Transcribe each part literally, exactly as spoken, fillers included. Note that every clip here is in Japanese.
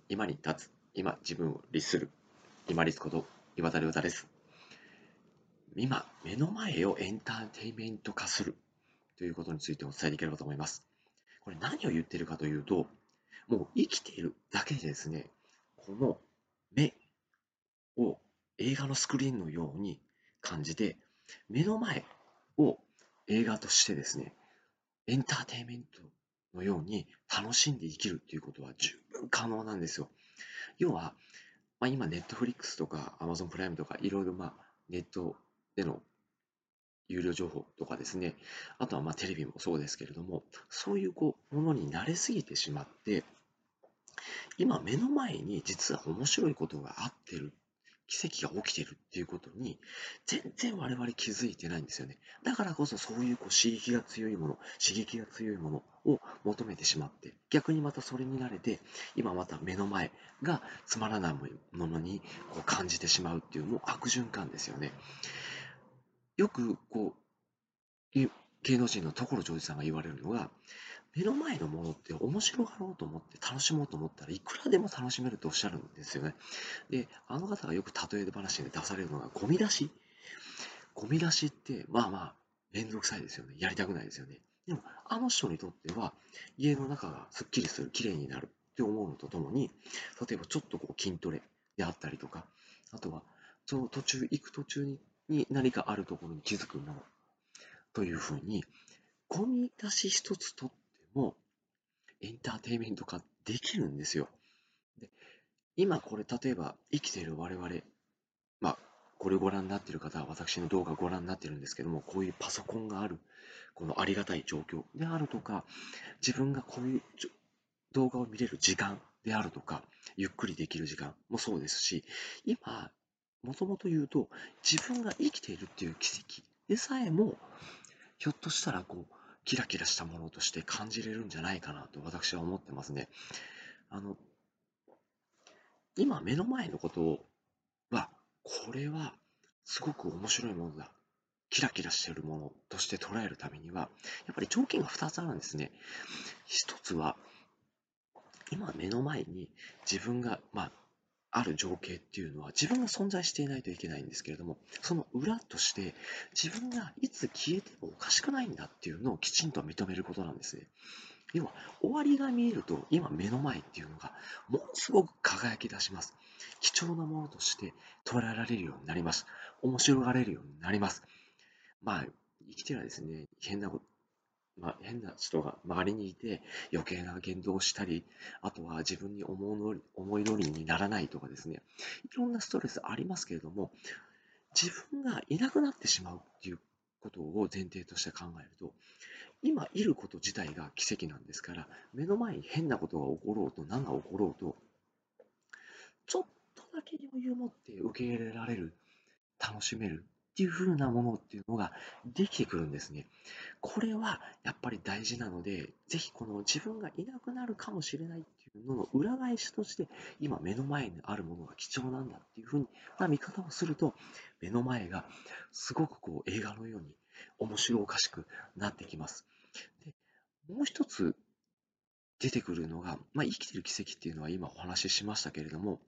今に立つ、今自分を律する、今律こと岩田亮太です。今、目の前をエンターテインメント化するということについてお伝えできればと思います。これ何を言っているかというと、もう生きているだけでですね、この目を映画のスクリーンのように感じて、目の前を映画としてですね、エンターテインメントのように楽しんで生きるっていうことは十分可能なんですよ。要は、まあ、今、ネットフリックスとか アマゾン プライムとか、いろいろ、まあ、ネットでの有料情報とかですね、あとはまあテレビもそうですけれども、そういうこうものに慣れすぎてしまって、今目の前に実は面白いことがあってる、奇跡が起きてるっていうことに、全然我々気づいてないんですよね。だからこそそういうこう刺激が強いもの、刺激が強いものを求めてしまって、逆にまたそれに慣れて、今また目の前がつまらないものにこう感じてしまうっていう、もう悪循環ですよね。よくこう、芸能人の所ジョージさんが言われるのが、目の前のものって面白がろうと思って楽しもうと思ったらいくらでも楽しめるとおっしゃるんですよね。で、あの方がよく例え話で出されるのがゴミ出し。ゴミ出しってまあまあめんどくさいですよね。やりたくないですよね。でもあの人にとっては家の中がすっきりする、きれいになるって思うのとともに、例えばちょっとこう筋トレであったりとか、あとはその途中行く途中にに何かあるところに気づくものというふうに、ゴミ出し一つとってもエンターテインメント化できるんですよ。で、今これ例えば生きている我々、まあ、これをご覧になっている方は私の動画をご覧になっているんですけども、こういうパソコンがある、このありがたい状況であるとか、自分がこういう動画を見れる時間であるとか、ゆっくりできる時間もそうですし、今、もともと言うと、自分が生きているっていう奇跡でさえも、ひょっとしたらこう、キラキラしたものとして感じれるんじゃないかなと私は思ってますね。あの、今目の前のことは、これはすごく面白いものだ。キラキラしているものとして捉えるためには、やっぱり条件がふたつあるんですね。ひとつは、今目の前に自分が、まあ、ある情景っていうのは自分が存在していないといけないんですけれども、その裏として自分がいつ消えてもおかしくないんだっていうのをきちんと認めることなんですね。要は、終わりが見えると、今目の前っていうのが、ものすごく輝き出します。貴重なものとして捉えられるようになります。面白がれるようになります。まあ、生きてはですね、変なこと、まあ、変な人が周りにいて余計な言動をしたり、あとは自分に思うのり思い通りにならないとかですね、いろんなストレスありますけれども、自分がいなくなってしまうっていうことを前提として考えると、今いること自体が奇跡なんですから、目の前に変なことが起ころうと何が起ころうと、ちょっとだけ余裕を持って受け入れられる、楽しめるっていう風なものっていうのができてくるんですね。これはやっぱり大事なので、ぜひこの自分がいなくなるかもしれないっていうのの裏返しとして、今目の前にあるものが貴重なんだっていう風な見方をすると、目の前がすごくこう映画のように面白おかしくなってきます。で、もう一つ出てくるのが、まあ、生きてる奇跡っていうのは今お話ししましたけれども、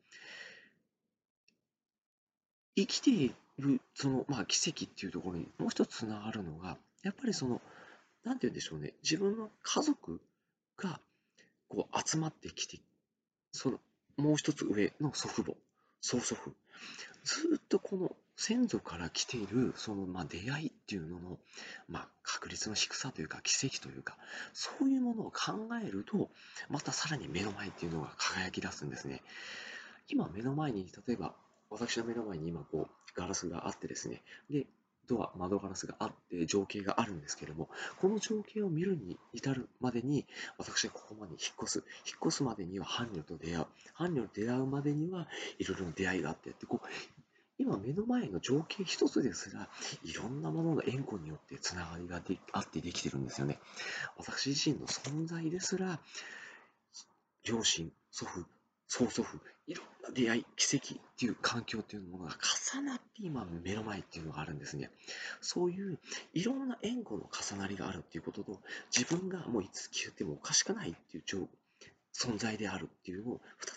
生きているその、まあ、奇跡っていうところにもう一つつながるのが、やっぱりその、なんて言うんでしょうね、自分の家族がこう集まってきて、そのもう一つ上の祖父母、曽祖父、ずっとこの先祖から来ているそのまあ出会いっていうのの、まあ、確率の低さというか奇跡というか、そういうものを考えると、またさらに目の前っていうのが輝き出すんですね。今目の前に、例えば私の目の前に今こうガラスがあってですね、で、ドア、窓ガラスがあって、情景があるんですけれども、この情景を見るに至るまでに、私がここまで引っ越す。引っ越すまでには伴侶と出会う。伴侶と出会うまでには、いろいろな出会いがあってって、こう、今目の前の情景一つですら、いろんなものが縁故によってつながりがであってできてるんですよね。私自身の存在ですら、両親、祖父、曽祖父、いろんな出会い、奇跡っていう環境っていうものが重なって今目の前っていうのがあるんですね。そういういろんな縁故の重なりがあるっていうことと、自分がもういつ消えてもおかしくないっていう状存在であるっていうのをふた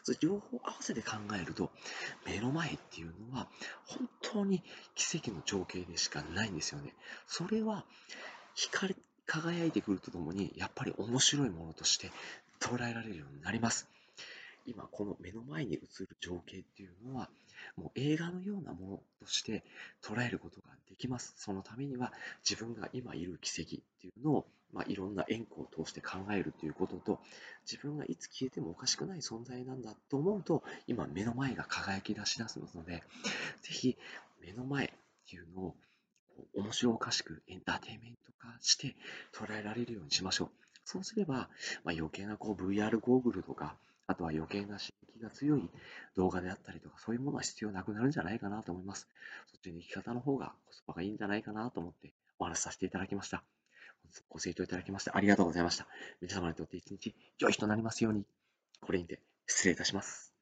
それ両方合わせて考えると、目の前っていうのは本当に奇跡の情景でしかないんですよね。それは光り輝いてくるとともに、やっぱり面白いものとして捉えられるようになります。今この目の前に映る情景っていうのは、もう映画のようなものとして捉えることができます。そのためには自分が今いる奇跡っていうのを、まあ、いろんな円弧を通して考えるということと、自分がいつ消えてもおかしくない存在なんだと思うと、今目の前が輝き出し出すので、ぜひ目の前っていうのをこう面白おかしくエンターテインメント化して捉えられるようにしましょう。そうすれば、まあ、余計なこう ブイアール ゴーグルとか、あとは余計な刺激が強い動画であったりとか、そういうものは必要なくなるんじゃないかなと思います。そっちの生き方の方がコスパがいいんじゃないかなと思ってお話しさせていただきました。本日ご清聴いただきましてありがとうございました。皆様にとって一日良い日となりますように。これにて失礼いたします。